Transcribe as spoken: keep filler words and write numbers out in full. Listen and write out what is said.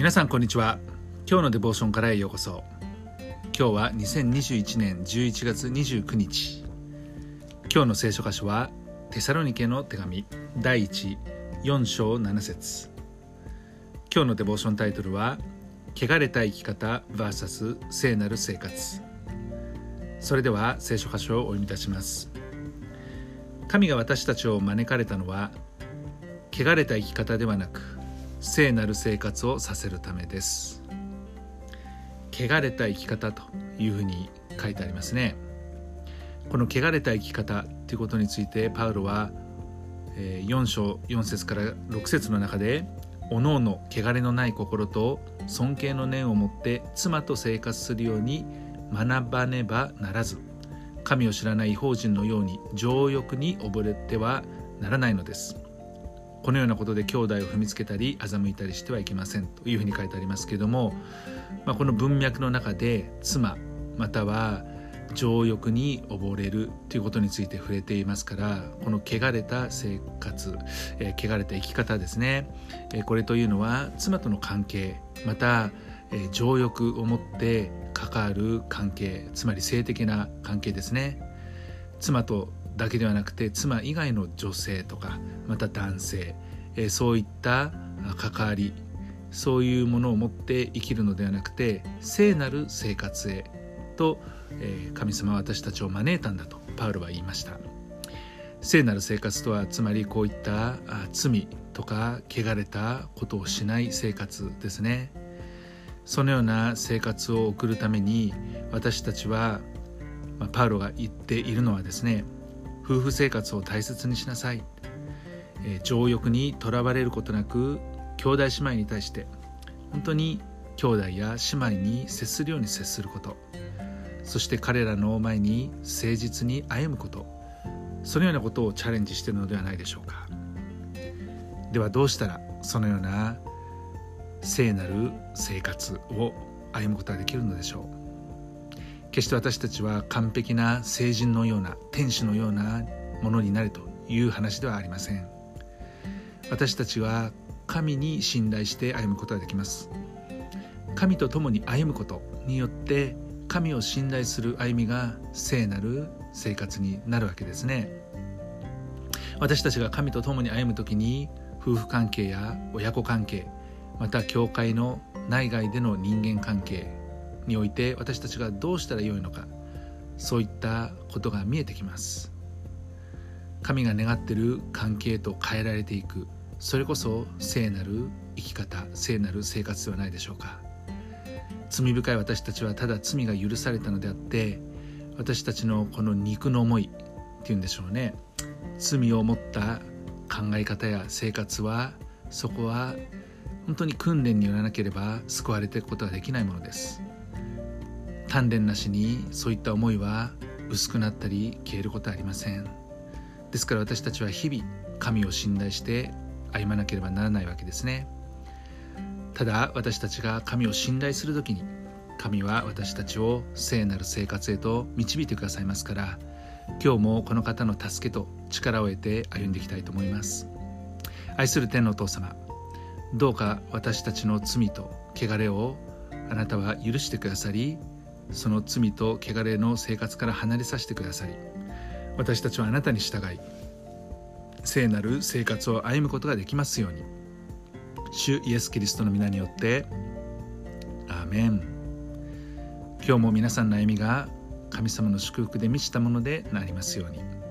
皆さんこんにちは。今日のデボーションからへようこそ。今日はにせんにじゅういちねんじゅういちがつにじゅうくにち。今日の聖書箇所はテサロニケの手紙だいいち、よんしょうななせつ。今日のデボーションタイトルは汚れた生き方 ブイエス 聖なる生活。それでは聖書箇所をお読みいたします。神が私たちを招かれたのは汚れた生き方ではなく聖なる生活をさせるためです。汚れた生き方というふうに書いてありますね。この汚れた生き方ということについてパウロはよんしょうよんせつからろくせつの中で、おのおの汚れのない心と尊敬の念を持って妻と生活するように学ばねばならず、神を知らない異邦人のように情欲に溺れてはならないのです。このようなことで兄弟を踏みつけたり欺いたりしてはいけませんというふうに書いてありますけれども、まあ、この文脈の中で妻または情欲に溺れるということについて触れていますから、この汚れた生活、えー、汚れた生き方ですね、えー、これというのは妻との関係、また、えー、情欲を持って関わる関係、つまり性的な関係ですね。妻とだけではなくて妻以外の女性とかまた男性、えー、そういった関わり、そういうものを持って生きるのではなくて聖なる生活へと、えー、神様は私たちを招いたんだとパウロは言いました。聖なる生活とはつまりこういったあ罪とか汚れたことをしない生活ですね。そのような生活を送るために私たちは、まあ、パウロが言っているのはですね、夫婦生活を大切にしなさい、えー、情欲にとらわれることなく兄弟姉妹に対して本当に兄弟や姉妹に接するように接すること、そして彼らの前に誠実に歩むこと、そのようなことをチャレンジしているのではないでしょうか。ではどうしたらそのような聖なる生活を歩むことができるのでしょう。決して私たちは完璧な聖人のような天使のようなものになるという話ではありません。私たちは神に信頼して歩むことができます。神と共に歩むことによって神を信頼する歩みが聖なる生活になるわけですね。私たちが神と共に歩むときに夫婦関係や親子関係、また教会の内外での人間関係において私たちがどうしたらよいのか、そういったことが見えてきます。神が願っている関係と変えられていく、それこそ聖なる生き方、聖なる生活ではないでしょうか。罪深い私たちはただ罪が許されたのであって、私たちのこの肉の思いっていうんでしょうね、罪を持った考え方や生活は、そこは本当に訓練によらなければ救われていくことができないものです。鍛錬なしにそういった思いは薄くなったり消えることはありません。ですから私たちは日々神を信頼して歩まなければならないわけですね。ただ私たちが神を信頼するときに、神は私たちを聖なる生活へと導いてくださいますから、今日もこの方の助けと力を得て歩んでいきたいと思います。愛する天のお父様、どうか私たちの罪と汚れをあなたは許してくださり、その罪と汚れの生活から離れさせてくださり、私たちはあなたに従い聖なる生活を歩むことができますように、主イエスキリストの皆によってアーメン。今日も皆さんの歩みが神様の祝福で満ちたものでなりますように。